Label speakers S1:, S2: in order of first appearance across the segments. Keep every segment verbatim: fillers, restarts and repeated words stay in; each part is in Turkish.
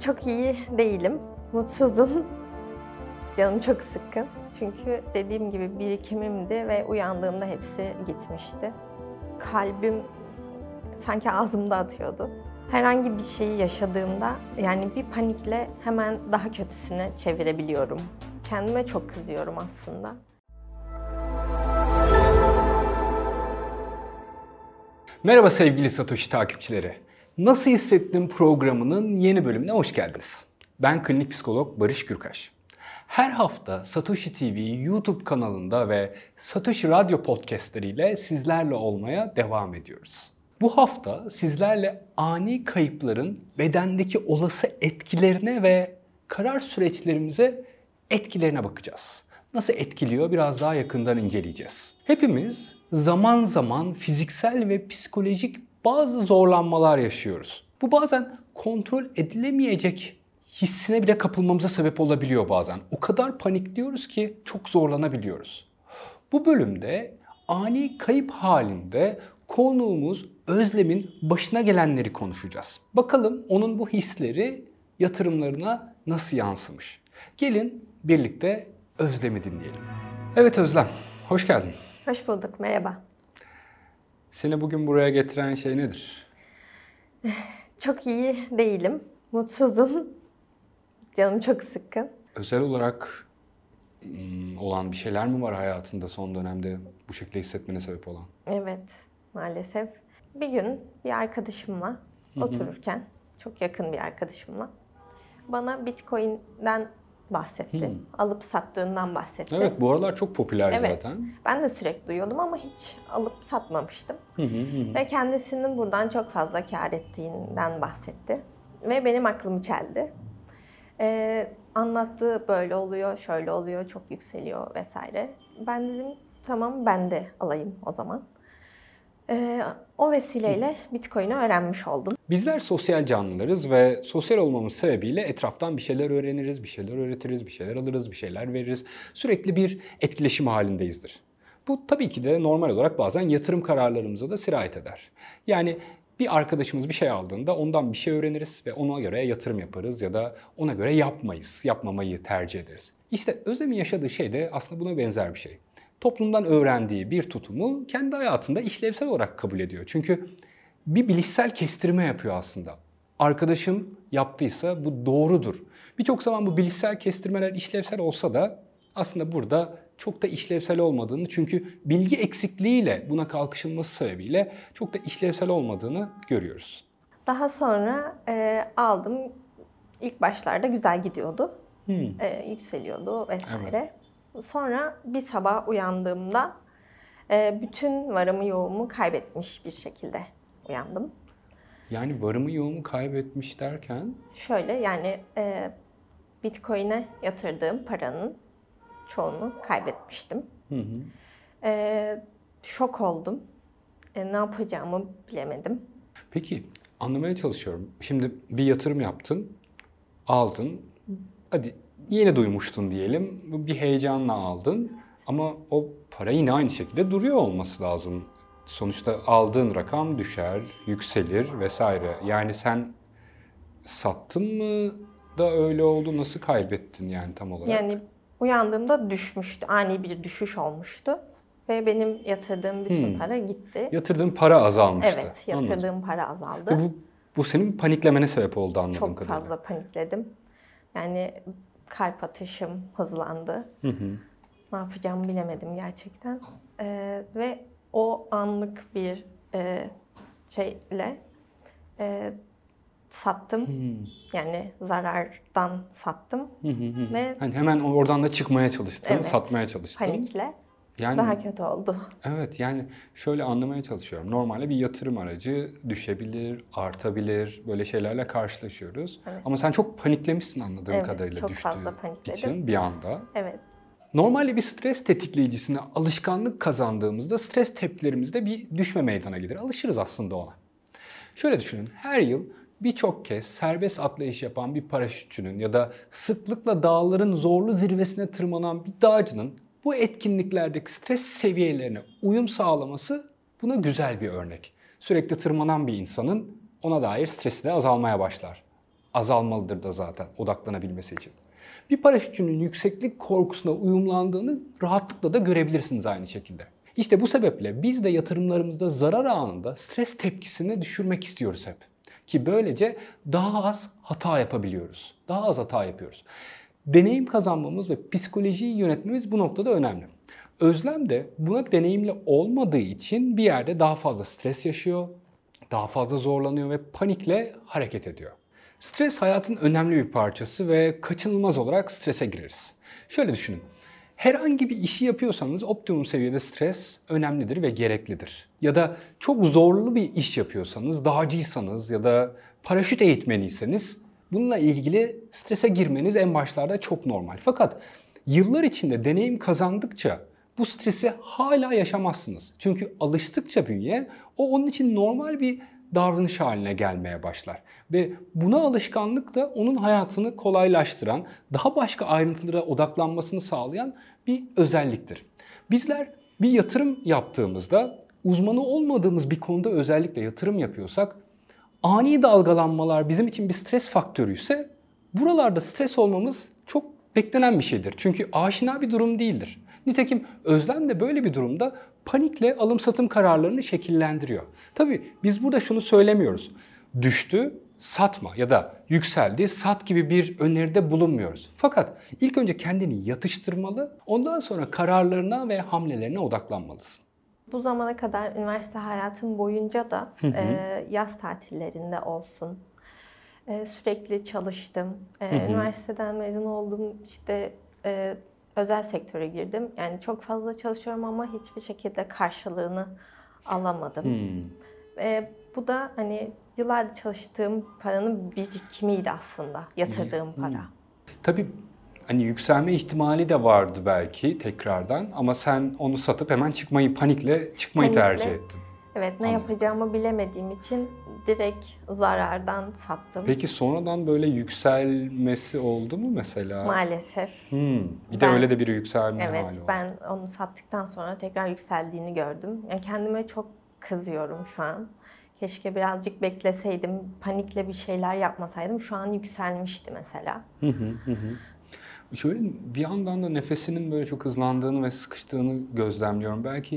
S1: Çok iyi değilim, mutsuzum. Canım çok sıkkın. Çünkü dediğim gibi birikimimdi ve uyandığımda hepsi gitmişti. Kalbim sanki ağzımda atıyordu. Herhangi bir şeyi yaşadığımda yani bir panikle hemen daha kötüsüne çevirebiliyorum. Kendime çok kızıyorum aslında.
S2: Merhaba sevgili Satoshi takipçileri. Nasıl Hissettim programının yeni bölümüne hoş geldiniz. Ben klinik psikolog Barış Gürkaş. Her hafta Satoshi T V YouTube kanalında ve Satoshi Radyo podcastleriyle sizlerle olmaya devam ediyoruz. Bu hafta sizlerle ani kayıpların bedendeki olası etkilerine ve karar süreçlerimize etkilerine bakacağız. Nasıl etkiliyor biraz daha yakından inceleyeceğiz. Hepimiz zaman zaman fiziksel ve psikolojik bazı zorlanmalar yaşıyoruz. Bu bazen kontrol edilemeyecek hissine bile kapılmamıza sebep olabiliyor bazen. O kadar panikliyoruz ki çok zorlanabiliyoruz. Bu bölümde ani kayıp halinde konuğumuz Özlem'in başına gelenleri konuşacağız. Bakalım onun bu hisleri yatırımlarına nasıl yansımış? Gelin birlikte Özlem'i dinleyelim. Evet Özlem, hoş geldin.
S1: Hoş bulduk, merhaba.
S2: Seni bugün buraya getiren şey nedir?
S1: Çok iyi değilim, mutsuzum. Canım çok sıkkın.
S2: Özel olarak olan bir şeyler mi var hayatında son dönemde bu şekilde hissetmene sebep olan?
S1: Evet, maalesef. Bir gün bir arkadaşımla otururken, çok yakın bir arkadaşımla bana Bitcoin'den bahsetti.
S2: Hı.
S1: Alıp sattığından bahsetti.
S2: Evet, bu aralar çok popüler
S1: evet,
S2: zaten.
S1: Ben de sürekli duyuyordum ama hiç alıp satmamıştım.
S2: Hı hı hı.
S1: Ve kendisinin buradan çok fazla kâr ettiğinden bahsetti. Ve benim aklımı çeldi. Ee, anlattığı böyle oluyor, şöyle oluyor, çok yükseliyor vesaire. Ben dedim tamam ben de alayım o zaman. Ee, o vesileyle Bitcoin'i öğrenmiş oldum.
S2: Bizler sosyal canlılarız ve sosyal olmamız sebebiyle etraftan bir şeyler öğreniriz, bir şeyler öğretiriz, bir şeyler alırız, bir şeyler veririz. Sürekli bir etkileşim halindeyizdir. Bu tabii ki de normal olarak bazen yatırım kararlarımıza da sirayet eder. Yani bir arkadaşımız bir şey aldığında ondan bir şey öğreniriz ve ona göre yatırım yaparız ya da ona göre yapmayız, yapmamayı tercih ederiz. İşte Özlem'in yaşadığı şey de aslında buna benzer bir şey. Toplumdan öğrendiği bir tutumu kendi hayatında işlevsel olarak kabul ediyor. Çünkü bir bilişsel kestirme yapıyor aslında. Arkadaşım yaptıysa bu doğrudur. Birçok zaman bu bilişsel kestirmeler işlevsel olsa da aslında burada çok da işlevsel olmadığını, çünkü bilgi eksikliğiyle buna kalkışılması sebebiyle çok da işlevsel olmadığını görüyoruz.
S1: Daha sonra e, aldım. İlk başlarda güzel gidiyordu. Hmm. E, yükseliyordu vesaire. Evet. Sonra bir sabah uyandığımda e, bütün varımı yoğumu kaybetmiş bir şekilde uyandım.
S2: Yani varımı yoğumu kaybetmiş derken?
S1: Şöyle yani e, Bitcoin'e yatırdığım paranın çoğunu kaybetmiştim. Hı hı. E, şok oldum. E, ne yapacağımı bilemedim.
S2: Peki anlamaya çalışıyorum. Şimdi bir yatırım yaptın, aldın. Hadi yeni duymuştun diyelim. Bir heyecanla aldın. Ama o para yine aynı şekilde duruyor olması lazım. Sonuçta aldığın rakam düşer, yükselir vesaire. Yani sen sattın mı da öyle oldu? Nasıl kaybettin yani tam olarak?
S1: Yani uyandığımda düşmüştü. Ani bir düşüş olmuştu. Ve benim yatırdığım bütün hmm. para gitti.
S2: Yatırdığın para azalmıştı.
S1: Evet, yatırdığım Anladım. para azaldı.
S2: Ve bu, bu senin paniklemene sebep oldu anladığım
S1: Çok
S2: kadarıyla.
S1: Çok fazla panikledim. Yani kalp atışım hızlandı. Hı hı. Ne yapacağımı bilemedim gerçekten. Ee, ve o anlık bir e, şeyle e, sattım. Hmm. Yani zarardan sattım. Hı hı hı. Ve
S2: hani hemen oradan da çıkmaya çalıştın, evet, satmaya çalıştın.
S1: Panikle. Yani, daha kötü oldu.
S2: Evet, yani şöyle anlamaya çalışıyorum. Normalde bir yatırım aracı düşebilir, artabilir, böyle şeylerle karşılaşıyoruz. Evet. Ama sen çok paniklemişsin anladığım
S1: evet,
S2: kadarıyla
S1: çok
S2: düştüğü
S1: fazla panikledim.
S2: için bir anda.
S1: Evet.
S2: Normalde bir stres tetikleyicisine alışkanlık kazandığımızda stres tepkilerimizde bir düşme meydana gelir. Alışırız aslında ona. Şöyle düşünün, her yıl birçok kez serbest atlayış yapan bir paraşütçünün ya da sıklıkla dağların zorlu zirvesine tırmanan bir dağcının bu etkinliklerdeki stres seviyelerine uyum sağlaması buna güzel bir örnek. Sürekli tırmanan bir insanın ona dair stresi de azalmaya başlar. azalmalıdır da zaten odaklanabilmesi için. Bir paraşütçünün yükseklik korkusuna uyumlandığını rahatlıkla da görebilirsiniz aynı şekilde. İşte bu sebeple biz de yatırımlarımızda zarar anında stres tepkisini düşürmek istiyoruz hep. Ki böylece daha az hata yapabiliyoruz. Daha az hata yapıyoruz. Deneyim kazanmamız ve psikolojiyi yönetmemiz bu noktada önemli. Özlem de buna deneyimli olmadığı için bir yerde daha fazla stres yaşıyor, daha fazla zorlanıyor ve panikle hareket ediyor. Stres hayatın önemli bir parçası ve kaçınılmaz olarak strese gireriz. Şöyle düşünün. Herhangi bir işi yapıyorsanız optimum seviyede stres önemlidir ve gereklidir. Ya da çok zorlu bir iş yapıyorsanız, dağcıysanız ya da paraşüt eğitmeniyseniz bununla ilgili strese girmeniz en başlarda çok normal. Fakat yıllar içinde deneyim kazandıkça bu stresi hala yaşamazsınız. Çünkü alıştıkça bünye o onun için normal bir davranış haline gelmeye başlar. Ve buna alışkanlık da onun hayatını kolaylaştıran, daha başka ayrıntılara odaklanmasını sağlayan bir özelliktir. Bizler bir yatırım yaptığımızda uzmanı olmadığımız bir konuda özellikle yatırım yapıyorsak ani dalgalanmalar bizim için bir stres faktörüyse buralarda stres olmamız çok beklenen bir şeydir. Çünkü aşina bir durum değildir. Nitekim Özlem de böyle bir durumda panikle alım satım kararlarını şekillendiriyor. Tabii biz burada şunu söylemiyoruz. Düştü, satma ya da yükseldi, sat gibi bir öneride bulunmuyoruz. Fakat ilk önce kendini yatıştırmalı, ondan sonra kararlarına ve hamlelerine odaklanmalısın.
S1: Bu zamana kadar üniversite hayatım boyunca da
S2: Hı hı.
S1: e, yaz tatillerinde olsun e, sürekli çalıştım. E,
S2: Hı hı.
S1: Üniversiteden mezun oldum, işte e, özel sektöre girdim. Yani çok fazla çalışıyorum ama hiçbir şekilde karşılığını alamadım.
S2: Hmm.
S1: E, bu da hani yıllardır çalıştığım paranın birikimiydi aslında, yatırdığım
S2: Hmm.
S1: para.
S2: Tabii hani yükselme ihtimali de vardı belki tekrardan ama sen onu satıp hemen çıkmayı, panikle çıkmayı
S1: Panikle.
S2: tercih ettin.
S1: Evet, ne
S2: Anladım.
S1: yapacağımı bilemediğim için direkt zarardan sattım.
S2: Peki sonradan böyle yükselmesi oldu mu mesela?
S1: Maalesef.
S2: Hmm. Bir de
S1: Ben-
S2: öyle de bir yükselme
S1: Evet,
S2: hali var.
S1: ben onu sattıktan sonra tekrar yükseldiğini gördüm. Yani kendime çok kızıyorum şu an. Keşke birazcık bekleseydim, panikle bir şeyler yapmasaydım. Şu an yükselmişti mesela.
S2: Hı hı hı hı. Şöyle bir yandan da nefesinin böyle çok hızlandığını ve sıkıştığını gözlemliyorum. Belki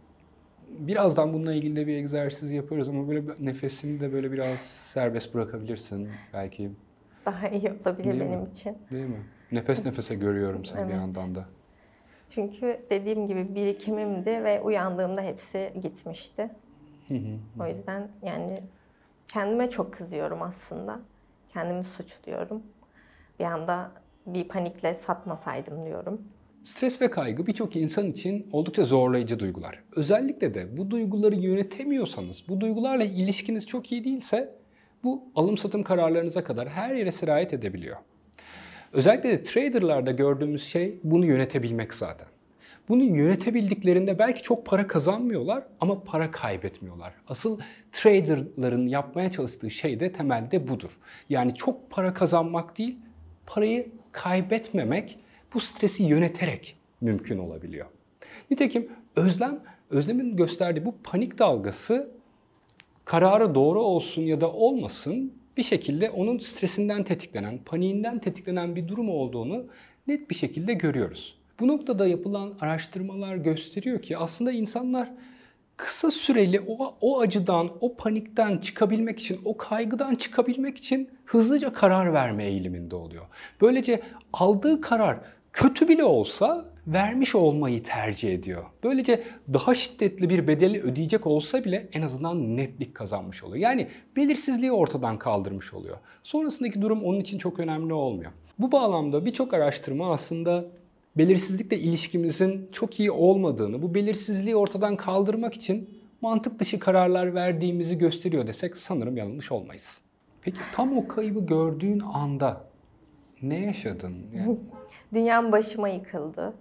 S2: birazdan bununla ilgili de bir egzersiz yaparız ama böyle bir- nefesini de böyle biraz serbest bırakabilirsin belki,
S1: Daha iyi olabilir
S2: Değil mi?
S1: benim için.
S2: değil mi? Nefes nefese görüyorum seni bir
S1: Evet.
S2: yandan da.
S1: Çünkü dediğim gibi birikimimdi ve uyandığımda hepsi gitmişti.
S2: Hı hı.
S1: O yüzden yani kendime çok kızıyorum aslında. Kendimi suçluyorum. Bir anda bir panikle satmasaydım diyorum.
S2: Stres ve kaygı birçok insan için oldukça zorlayıcı duygular. Özellikle de bu duyguları yönetemiyorsanız, bu duygularla ilişkiniz çok iyi değilse bu alım satım kararlarınıza kadar her yere sirayet edebiliyor. Özellikle de traderlarda gördüğümüz şey bunu yönetebilmek zaten. Bunu yönetebildiklerinde belki çok para kazanmıyorlar ama para kaybetmiyorlar. Asıl traderların yapmaya çalıştığı şey de temelde budur. Yani çok para kazanmak değil, parayı kaybetmemek bu stresi yöneterek mümkün olabiliyor. Nitekim Özlem, Özlem'in gösterdiği bu panik dalgası kararı doğru olsun ya da olmasın bir şekilde onun stresinden tetiklenen, paniğinden tetiklenen bir durum olduğunu net bir şekilde görüyoruz. Bu noktada yapılan araştırmalar gösteriyor ki aslında insanlar kısa süreli o, o acıdan, o panikten çıkabilmek için, o kaygıdan çıkabilmek için hızlıca karar verme eğiliminde oluyor. Böylece aldığı karar kötü bile olsa vermiş olmayı tercih ediyor. Böylece daha şiddetli bir bedeli ödeyecek olsa bile en azından netlik kazanmış oluyor. Yani belirsizliği ortadan kaldırmış oluyor. Sonrasındaki durum onun için çok önemli olmuyor. Bu bağlamda birçok araştırma aslında belirsizlikle ilişkimizin çok iyi olmadığını, bu belirsizliği ortadan kaldırmak için mantık dışı kararlar verdiğimizi gösteriyor desek sanırım yanılmış olmayız. Peki tam o kaybı gördüğün anda ne yaşadın? Yani
S1: Dünyam başıma yıkıldı.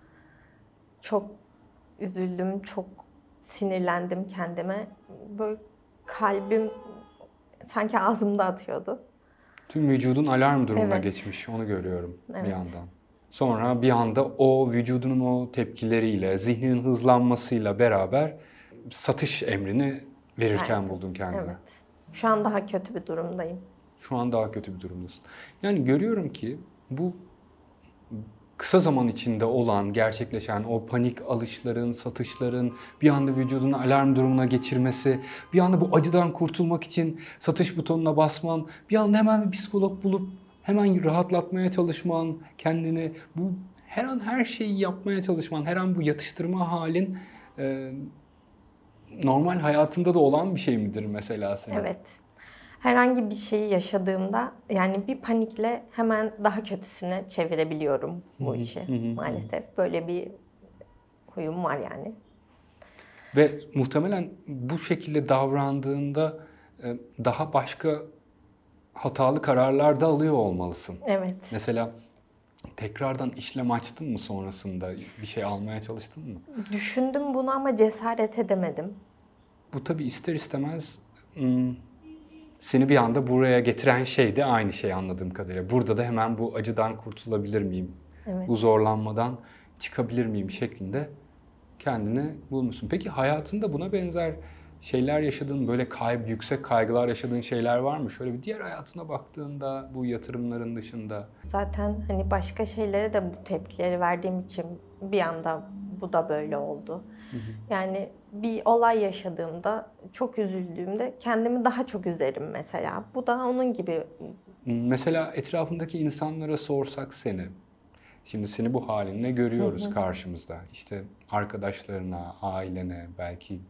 S1: Çok üzüldüm, çok sinirlendim kendime. Böyle kalbim sanki ağzımda atıyordu.
S2: tüm vücudun alarm durumuna
S1: Evet.
S2: geçmiş, onu görüyorum
S1: Evet.
S2: bir yandan. Sonra bir anda o vücudunun o tepkileriyle, zihninin hızlanmasıyla beraber satış emrini verirken
S1: Aynen.
S2: buldun kendini.
S1: Evet. Şu an daha kötü bir durumdayım.
S2: Şu an daha kötü bir durumdasın. Yani görüyorum ki bu kısa zaman içinde olan, gerçekleşen o panik alışların, satışların, bir anda vücudunu alarm durumuna geçirmesi, bir anda bu acıdan kurtulmak için satış butonuna basman, bir anda hemen bir psikolog bulup hemen rahatlatmaya çalışman, kendini bu her an her şeyi yapmaya çalışman, her an bu yatıştırma halin e, normal hayatında da olan bir şey midir mesela senin?
S1: Evet. Herhangi bir şeyi yaşadığımda yani bir panikle hemen daha kötüsüne çevirebiliyorum bu işi maalesef. Böyle bir huyum var yani.
S2: Ve muhtemelen bu şekilde davrandığında e, daha başka hatalı kararlar da alıyor olmalısın.
S1: Evet.
S2: Mesela tekrardan işlem açtın mı sonrasında? Bir şey almaya çalıştın mı?
S1: Düşündüm bunu ama cesaret edemedim.
S2: Bu tabii ister istemez hmm, seni bir anda buraya getiren şey de aynı şey anladığım kadarıyla. Burada da hemen bu acıdan kurtulabilir miyim?
S1: Evet.
S2: Bu zorlanmadan çıkabilir miyim şeklinde kendini bulmuşsun. Peki hayatında buna benzer şeyler yaşadığın, böyle kayb, yüksek kaygılar yaşadığın şeyler var mı? Şöyle bir diğer hayatına baktığında bu yatırımların dışında.
S1: Zaten hani başka şeylere de bu tepkileri verdiğim için bir anda bu da böyle oldu. Hı hı. Yani bir olay yaşadığımda, çok üzüldüğümde kendimi daha çok üzerim mesela. Bu da onun gibi.
S2: Mesela etrafındaki insanlara sorsak seni, şimdi seni bu halinle görüyoruz hı hı. karşımızda. İşte arkadaşlarına, ailene, belki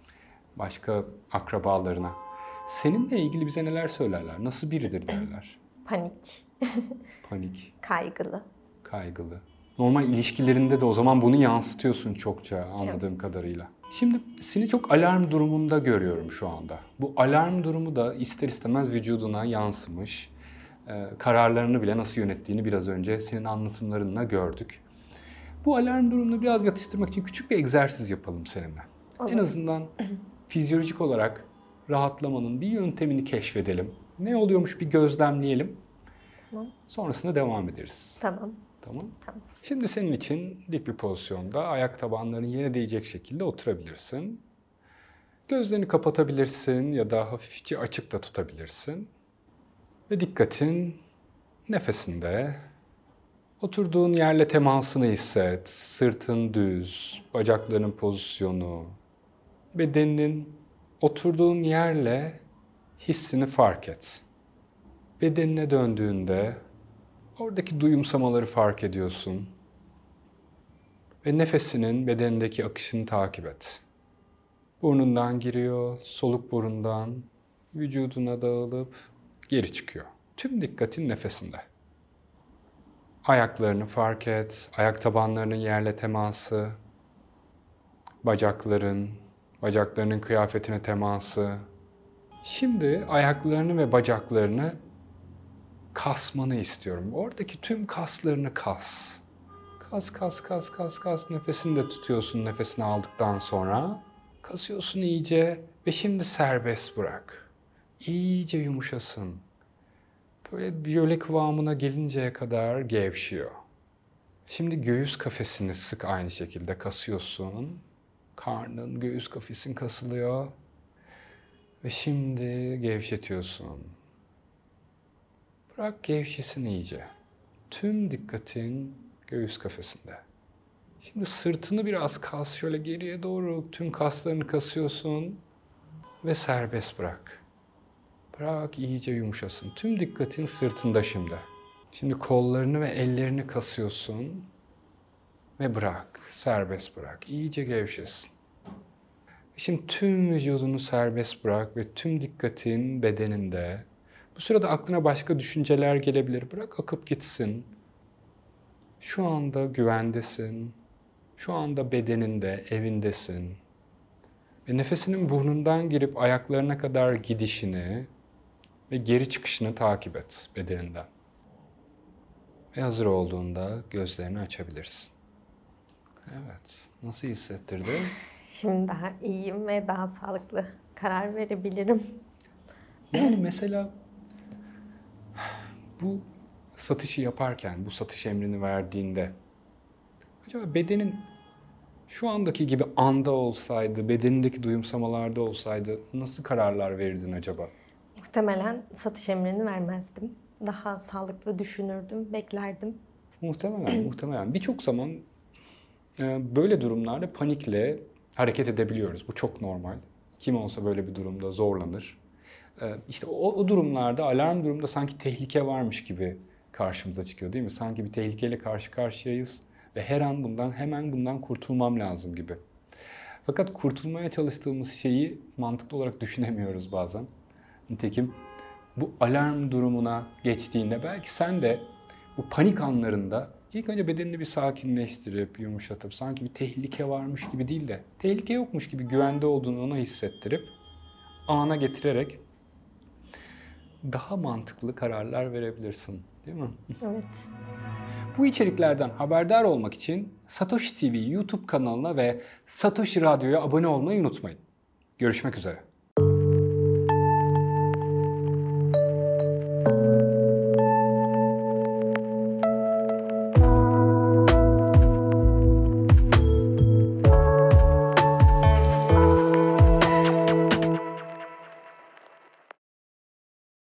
S2: başka akrabalarına. Seninle ilgili bize neler söylerler? Nasıl biridir derler?
S1: Panik.
S2: Panik.
S1: Kaygılı.
S2: Kaygılı. Normal ilişkilerinde de o zaman bunu yansıtıyorsun çokça anladığım evet. kadarıyla. Şimdi seni çok alarm durumunda görüyorum şu anda. Bu alarm durumu da ister istemez vücuduna yansımış. Ee, kararlarını bile nasıl yönettiğini biraz önce senin anlatımlarınla gördük. Bu alarm durumunu biraz yatıştırmak için küçük bir egzersiz yapalım seninle. Olur. En azından fizyolojik olarak rahatlamanın bir yöntemini keşfedelim. Ne oluyormuş bir gözlemleyelim.
S1: Tamam.
S2: Sonrasında devam ederiz.
S1: Tamam.
S2: Tamam.
S1: Tamam.
S2: Şimdi senin için dik bir pozisyonda ayak tabanların yere değecek şekilde oturabilirsin. Gözlerini kapatabilirsin ya da hafifçe açık da tutabilirsin. Ve dikkatin nefesinde. Oturduğun yerle temasını hisset. Sırtın düz, bacaklarının pozisyonu, bedeninin oturduğun yerle hissini fark et. Bedenine döndüğünde oradaki duyumsamaları fark ediyorsun. Ve nefesinin bedenindeki akışını takip et. Burnundan giriyor, soluk burundan vücuduna dağılıp geri çıkıyor. Tüm dikkatin nefesinde. Ayaklarını fark et, ayak tabanlarının yerle teması, bacakların, bacaklarının kıyafetine teması. Şimdi ayaklarını ve bacaklarını kasmanı istiyorum. Oradaki tüm kaslarını kas. Kas, kas, kas, kas, kas. Nefesini de tutuyorsun nefesini aldıktan sonra. Kasıyorsun iyice ve şimdi serbest bırak. İyice yumuşasın. Böyle bir jöle kıvamına gelinceye kadar gevşiyor. Şimdi göğüs kafesini sık aynı şekilde kasıyorsun. Karnın, göğüs kafesin kasılıyor. Ve şimdi gevşetiyorsun. Bırak gevşesin iyice. Tüm dikkatin göğüs kafesinde. Şimdi sırtını biraz kas, şöyle geriye doğru tüm kaslarını kasıyorsun ve serbest bırak. Bırak iyice yumuşasın. Tüm dikkatin sırtında şimdi. Şimdi kollarını ve ellerini kasıyorsun ve bırak, serbest bırak. İyice gevşesin. Şimdi tüm vücudunu serbest bırak ve tüm dikkatin bedeninde. Bu sırada aklına başka düşünceler gelebilir. Bırak akıp gitsin. Şu anda güvendesin. Şu anda bedeninde, evindesin. Ve nefesinin burnundan girip ayaklarına kadar gidişini ve geri çıkışını takip et bedeninden. Ve hazır olduğunda gözlerini açabilirsin. Evet, nasıl hissettirdi?
S1: Şimdi daha iyiyim ve daha sağlıklı karar verebilirim.
S2: Yani mesela bu satışı yaparken, bu satış emrini verdiğinde acaba bedenin şu andaki gibi anda olsaydı, bedenindeki duyumsamalarda olsaydı nasıl kararlar verirdin acaba?
S1: Muhtemelen satış emrini vermezdim. Daha sağlıklı düşünürdüm, beklerdim.
S2: Muhtemelen, muhtemelen. Birçok zaman e, böyle durumlarda panikle hareket edebiliyoruz. Bu çok normal. Kim olsa böyle bir durumda zorlanır. E, işte o, o durumlarda, alarm durumda sanki tehlike varmış gibi karşımıza çıkıyor, değil mi? Sanki bir tehlikeyle karşı karşıyayız ve her an bundan, hemen bundan kurtulmam lazım gibi. Fakat kurtulmaya çalıştığımız şeyi mantıklı olarak düşünemiyoruz bazen. Nitekim bu alarm durumuna geçtiğinde belki sen de bu panik anlarında ilk önce bedenini bir sakinleştirip, yumuşatıp, sanki bir tehlike varmış gibi değil de tehlike yokmuş gibi güvende olduğunu ona hissettirip ana getirerek daha mantıklı kararlar verebilirsin, değil mi?
S1: Evet.
S2: Bu içeriklerden haberdar olmak için Satoshi T V YouTube kanalına ve Satoshi Radyo'ya abone olmayı unutmayın. Görüşmek üzere.